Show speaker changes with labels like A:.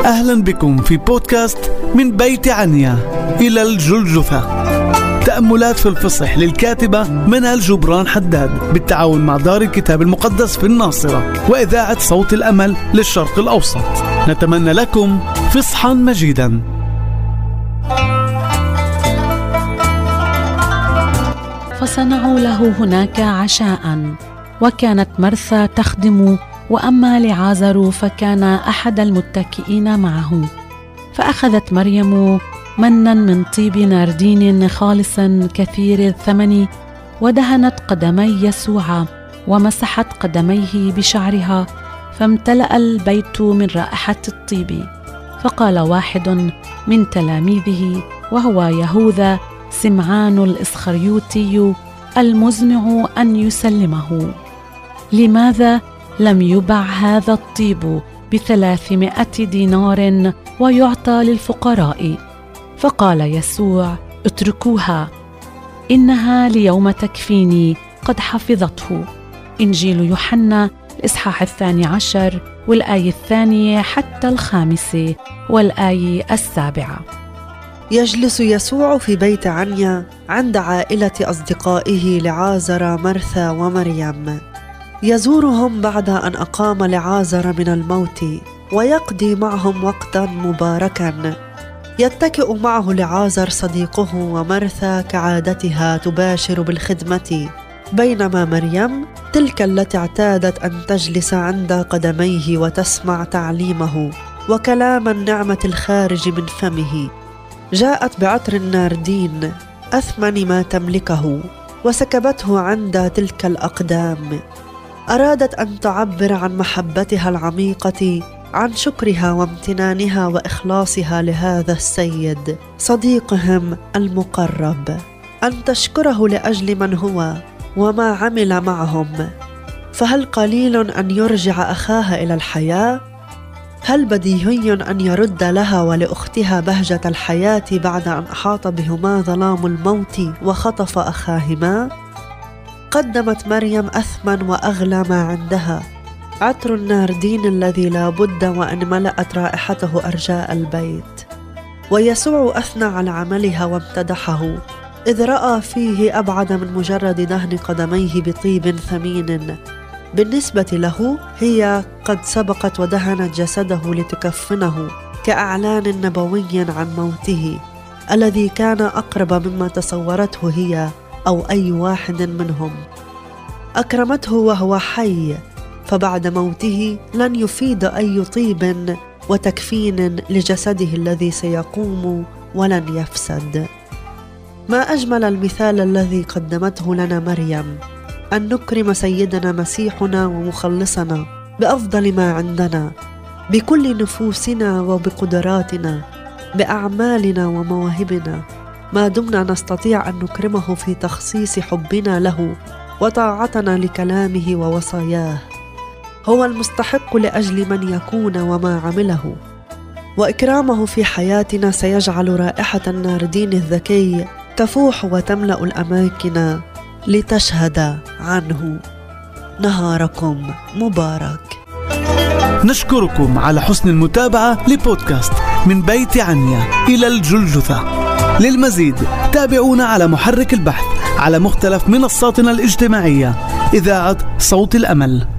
A: أهلا بكم في بودكاست من بيت عنيا إلى الجلجثة، تأملات في الفصح للكاتبة منال جبران حداد بالتعاون مع دار الكتاب المقدس في الناصرة وإذاعة صوت الأمل للشرق الأوسط. نتمنى لكم فصحا مجيدا.
B: فصنعوا له هناك عشاء، وكانت مرثا تخدم، وأما لعازر فكان أحد المتكئين معه. فأخذت مريم منا من طيب ناردين خالص كثير الثمن، ودهنت قدمي يسوع ومسحت قدميه بشعرها، فامتلأ البيت من رائحة الطيب. فقال واحد من تلاميذه وهو يهوذا سمعان الإسخريوطي المزمع أن يسلمه: لماذا لم يبع هذا الطيب ب300 دينار ويعطى للفقراء؟ فقال يسوع: اتركوها، إنها ليوم تكفيني قد حفظته. إنجيل يوحنا الإصحاح 12 والآية 2 حتى 5 والآية 7.
C: يجلس يسوع في بيت عنيا عند عائلة أصدقائه لعازر، مرثا ومريم. يزورهم بعد أن أقام لعازر من الموت، ويقضي معهم وقتا مباركا. يتكئ معه لعازر صديقه، ومرثا كعادتها تباشر بالخدمة، بينما مريم تلك التي اعتادت أن تجلس عند قدميه وتسمع تعليمه وكلام النعمة الخارج من فمه. جاءت بعطر الناردين أثمن ما تملكه وسكبته عند تلك الأقدام. أرادت أن تعبر عن محبتها العميقة، عن شكرها وامتنانها وإخلاصها لهذا السيد صديقهم المقرب، أن تشكره لأجل من هو وما عمل معهم. فهل قليل أن يرجع أخاها إلى الحياة؟ هل بديهي أن يرد لها ولأختها بهجة الحياة بعد أن أحاط بهما ظلام الموت وخطف أخاهما؟ قدمت مريم أثمن وأغلى ما عندها، عطر الناردين الذي لا بد وأن ملأت رائحته أرجاء البيت. ويسوع أثنى على عملها وامتدحه، إذ رأى فيه أبعد من مجرد دهن قدميه بطيب ثمين. بالنسبة له هي قد سبقت ودهنت جسده لتكفنه كإعلان نبوي عن موته الذي كان أقرب مما تصورته هي أو أي واحد منهم. أكرمته وهو حي، فبعد موته لن يفيد أي طيب وتكفين لجسده الذي سيقوم ولن يفسد. ما أجمل المثال الذي قدمته لنا مريم، أن نكرم سيدنا مسيحنا ومخلصنا بأفضل ما عندنا، بكل نفوسنا وبقدراتنا، بأعمالنا ومواهبنا، ما دمنا نستطيع أن نكرمه في تخصيص حبنا له وطاعتنا لكلامه ووصاياه. هو المستحق لأجل من يكون وما عمله، وإكرامه في حياتنا سيجعل رائحة الناردين الذكي تفوح وتملأ الأماكن لتشهد عنه. نهاركم مبارك.
A: نشكركم على حسن المتابعة لبودكاست من بيت عنيا إلى الجلجثة. للمزيد تابعونا على محرك البحث على مختلف منصاتنا الاجتماعية، إذاعة صوت الأمل.